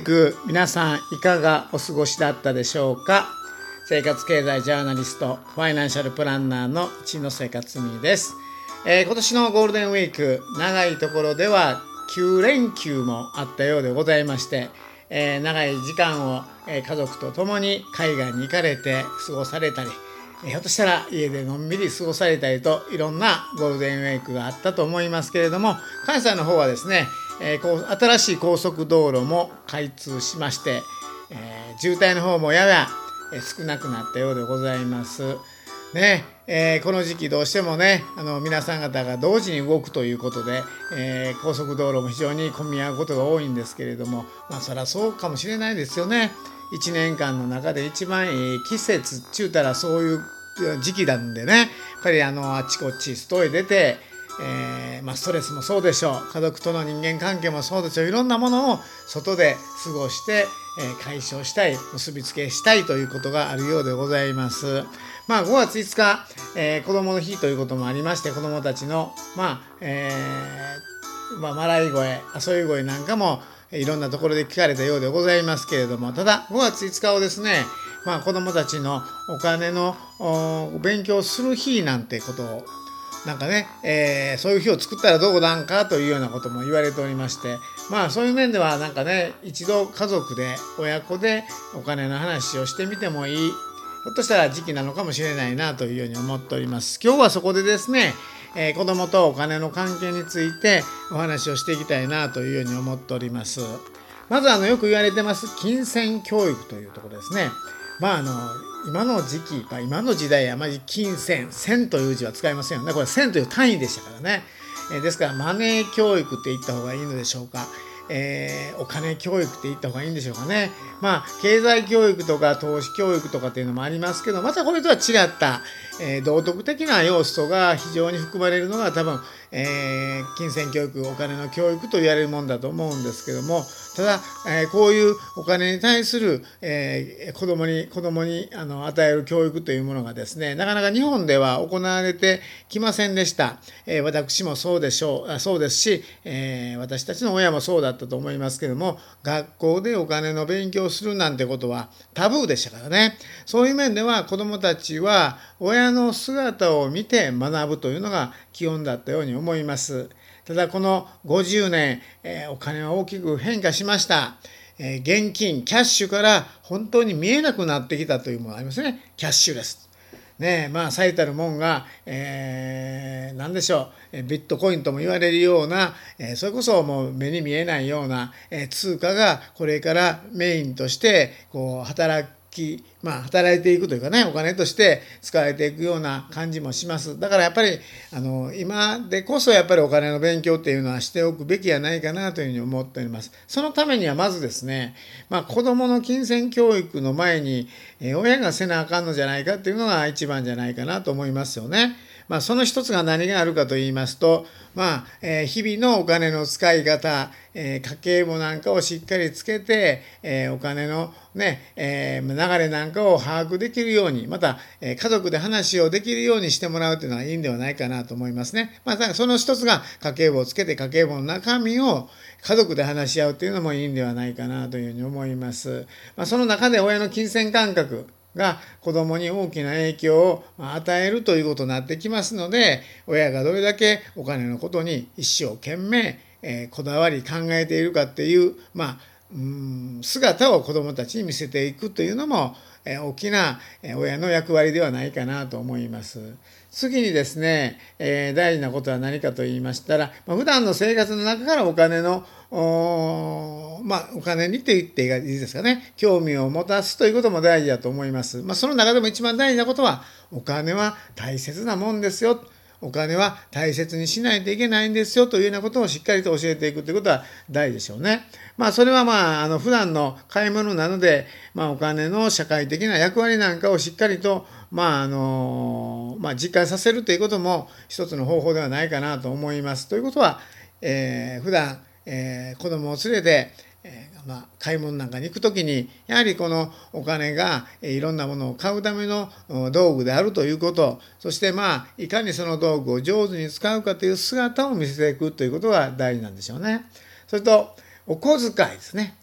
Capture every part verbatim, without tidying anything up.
ク、皆さんいかがお過ごしだったでしょうか。生活経済ジャーナリスト、ファイナンシャルプランナーの一ノ瀬克美です。えー、今年のゴールデンウィーク、長いところではきゅう連休もあったようでございまして、えー、長い時間を、えー、家族と共に海岸に行かれて過ごされたり、ひょっとしたら家でのんびり過ごされたりと、いろんなゴールデンウィークがあったと思いますけれども、関西の方はですね、えー、こう新しい高速道路も開通しまして、えー、渋滞の方もやや少なくなったようでございますね。えー、この時期どうしてもね、あの皆さん方が同時に動くということで、えー、高速道路も非常に混み合うことが多いんですけれども、まあそりゃそうかもしれないですよね。いちねんかんの中で一番いい季節っちゅうたらそういう時期なんでね、やっぱりあのあっちこっち外へ出て、えーまあ、ストレスもそうでしょう、家族との人間関係もそうでしょう、いろんなものを外で過ごして、えー、解消したい、結びつけしたいということがあるようでございます。まあ、ごがついつか、えー、子どもの日ということもありまして、子どもたちの、まあえーまあ、笑い声、遊び声なんかもいろんなところで聞かれたようでございますけれども、ただごがついつかをですね、まあ、子どもたちのお金の勉強する日なんてことをなんかね、えー、そういう日を作ったらどうなんかというようなことも言われておりまして、まあそういう面ではなんかね、一度家族で親子でお金の話をしてみてもいい、ひょっとしたら時期なのかもしれないなというように思っております。今日はそこでですね、えー、子供とお金の関係についてお話をしていきたいなというように思っております。まずあのよく言われてます金銭教育というところですね。まああの今の時期、まあ、今の時代あまり金銭、銭という字は使いませんよね。これ銭という単位でしたからね。えー、ですからマネー教育って言った方がいいのでしょうか。えー、お金教育って言った方がいいんでしょうかね。まあ経済教育とか投資教育とかっていうのもありますけど、またこれとは違った、えー、道徳的な要素が非常に含まれるのが多分、えー、金銭教育、お金の教育と言われるもんだと思うんですけども、ただ、えー、こういうお金に対する、えー、子供に子供にあの与える教育というものがですね、なかなか日本では行われてきませんでした。えー、私もそうでしょう、そうですし、えー、私たちの親もそうだったと思いますけども、学校でお金の勉強をするなんてことはタブーでしたからね。そういう面では子供たちは親の姿を見て学ぶというのが基本だったように思います。ただこのごじゅうねん、えー、お金は大きく変化しました。えー、現金、キャッシュから本当に見えなくなってきたというものがありますね。キャッシュレス。ねえ、まあ最たるもんが、えー、何でしょう、ビットコインとも言われるような、えー、それこそもう目に見えないような、えー、通貨がこれからメインとしてこう働きまあ、働いていくというかね、お金として使われていくような感じもします。だからやっぱりあの今でこそやっぱりお金の勉強っていうのはしておくべきやないかなというふうに思っております。そのためにはまずですね、まあ、子どもの金銭教育の前に、えー、親がせなあかんのじゃないかっていうのが一番じゃないかなと思いますよね。まあ、その一つが何があるかと言いますと、まあえー、日々のお金の使い方、えー、家計簿なんかをしっかりつけて、えー、お金の、ねえー、流れなんかを把握できるように、また、えー、家族で話をできるようにしてもらうというのがいいんではないかなと思いますね。まあ、その一つが家計簿をつけて家計簿の中身を家族で話し合うというのもいいんではないかなというふうに思います。まあ、その中で親の金銭感覚が子どもに大きな影響を与えるということになってきますので、親がどれだけお金のことに一生懸命、えー、こだわり考えているかっていう、まあ、うーん姿を子どもたちに見せていくというのも、えー、大きな親の役割ではないかなと思います。次にですね、えー、大事なことは何かと言いましたら、まあ、普段の生活の中からお金のお,、まあ、お金にと言っていいですかね、興味を持たすということも大事だと思います。まあ、その中でも一番大事なことは、お金は大切なもんですよ、お金は大切にしないといけないんですよというようなことをしっかりと教えていくということは大事でしょうね。まあそれはまああの普段の買い物なので、まあお金の社会的な役割なんかをしっかりとまああのまあ実感させるということも一つの方法ではないかなと思います。ということは、えー、普段、えー、子供を連れてえーまあ、買い物なんかに行くときにやはりこのお金がいろんなものを買うための道具であるということ、そしてまあいかにその道具を上手に使うかという姿を見せていくということが大事なんでしょうね。それとお小遣いですね。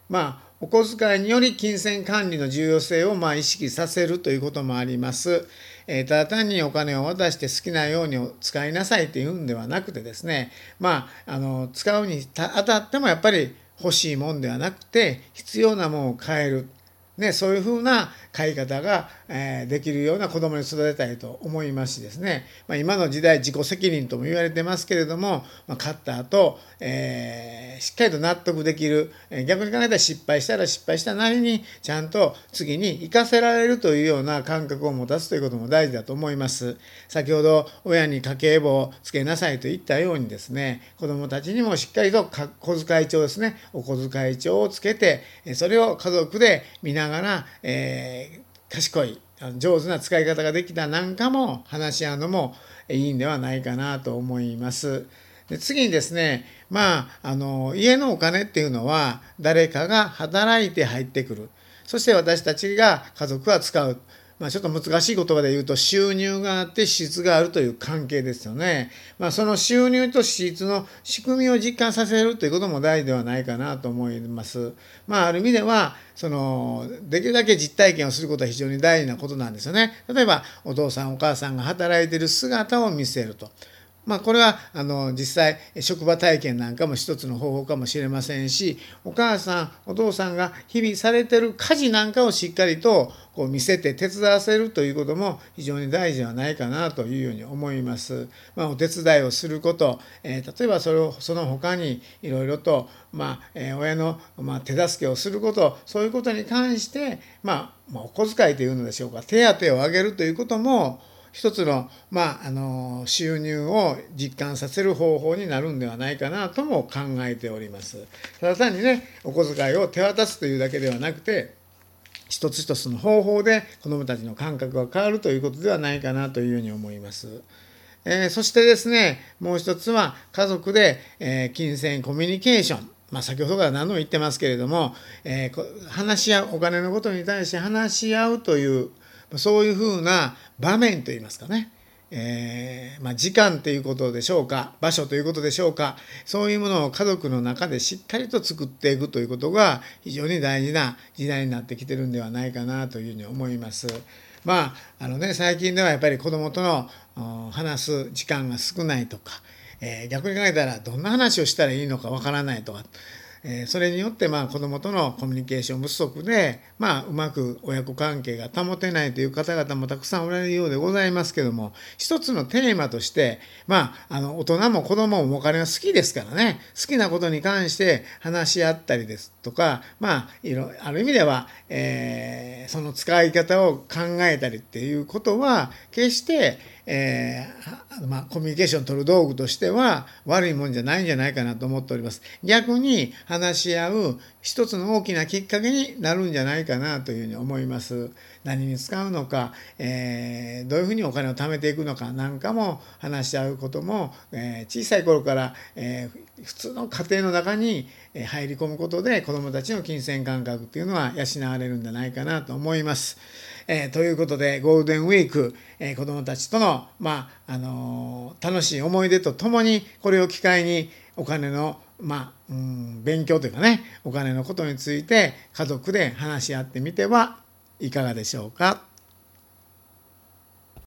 まあお小遣いにより金銭管理の重要性をまあ意識させるということもあります。えー、ただ単にお金を渡して好きなように使いなさいというんではなくてですね、まあ、あの使うにあたってもやっぱり欲しいもんではなくて必要なものを買える。ね、そういうふうな買い方が、えー、できるような子供に育てたいと思いますしですね、まあ、今の時代自己責任とも言われてますけれども、まあ、買った後、えー、しっかりと納得できる、えー、逆に考えたら失敗したら失敗したなりにちゃんと次に生かせられるというような感覚を持たすということも大事だと思います。先ほど親に家計簿をつけなさいと言ったようにですね、子供たちにもしっかりと小遣い帳ですね、お小遣い帳をつけてそれを家族で見ながら、えー、賢い上手な使い方ができたなんかも話し合うのもいいんではないかなと思います。で次にですね、まあ、あの家のお金っていうのは誰かが働いて入ってくる。そして私たちが家族は使う。まあ、ちょっと難しい言葉で言うと収入があって支出があるという関係ですよね。まあ、その収入と支出の仕組みを実感させるということも大事ではないかなと思います。まあ、ある意味ではそのできるだけ実体験をすることは非常に大事なことなんですよね。例えばお父さんお母さんが働いている姿を見せると。まあ、これはあの実際職場体験なんかも一つの方法かもしれませんし、お母さんお父さんが日々されてる家事なんかをしっかりとこう見せて手伝わせるということも非常に大事ではないかなというように思います。まあ、お手伝いをすること、えー、例えばそれをその他にいろいろと、まあえー、親の、まあ、手助けをすること、そういうことに関して、まあ、まあお小遣いというのでしょうか、手当を上げるということも一つの、まあ、あの収入を実感させる方法になるんではないかなとも考えております。ただ単にね、お小遣いを手渡すというだけではなくて、一つ一つの方法で子どもたちの感覚が変わるということではないかなというふうに思います。えー、そしてですね、もう一つは家族で、えー、金銭コミュニケーション。まあ、先ほどから何度も言ってますけれども、えー、話し合う、お金のことに対して話し合うというそういうふうな場面といいますかね、えーまあ、時間ということでしょうか、場所ということでしょうか、そういうものを家族の中でしっかりと作っていくということが非常に大事な時代になってきてるんではないかなというふうに思います。まああのね、最近ではやっぱり子どもとの話す時間が少ないとか、えー、逆に考えたらどんな話をしたらいいのかわからないとか、えー、それによってまあ子どもとのコミュニケーション不足で、まあ、うまく親子関係が保てないという方々もたくさんおられるようでございますけども、一つのテーマとして、まあ、あの大人も子どももお金は好きですからね、好きなことに関して話し合ったりですとか、まあ、いろある意味では、えー、その使い方を考えたりっていうことは決してえーまあ、コミュニケーションを取る道具としては悪いもんじゃないんじゃないかなと思っております。逆に話し合う一つの大きなきっかけになるんじゃないかなというふうに思います。何に使うのか、えー、どういうふうにお金を貯めていくのかなんかも話し合うことも、えー、小さい頃から、えー、普通の家庭の中に入り込むことで子どもたちの金銭感覚っていうのは養われるんじゃないかなと思います。えー、ということでゴールデンウィーク、えー、子どもたちとの、まああのー、楽しい思い出とともにこれを機会にお金の、まあうん、勉強というかね、お金のことについて家族で話し合ってみてはいかがでしょうか。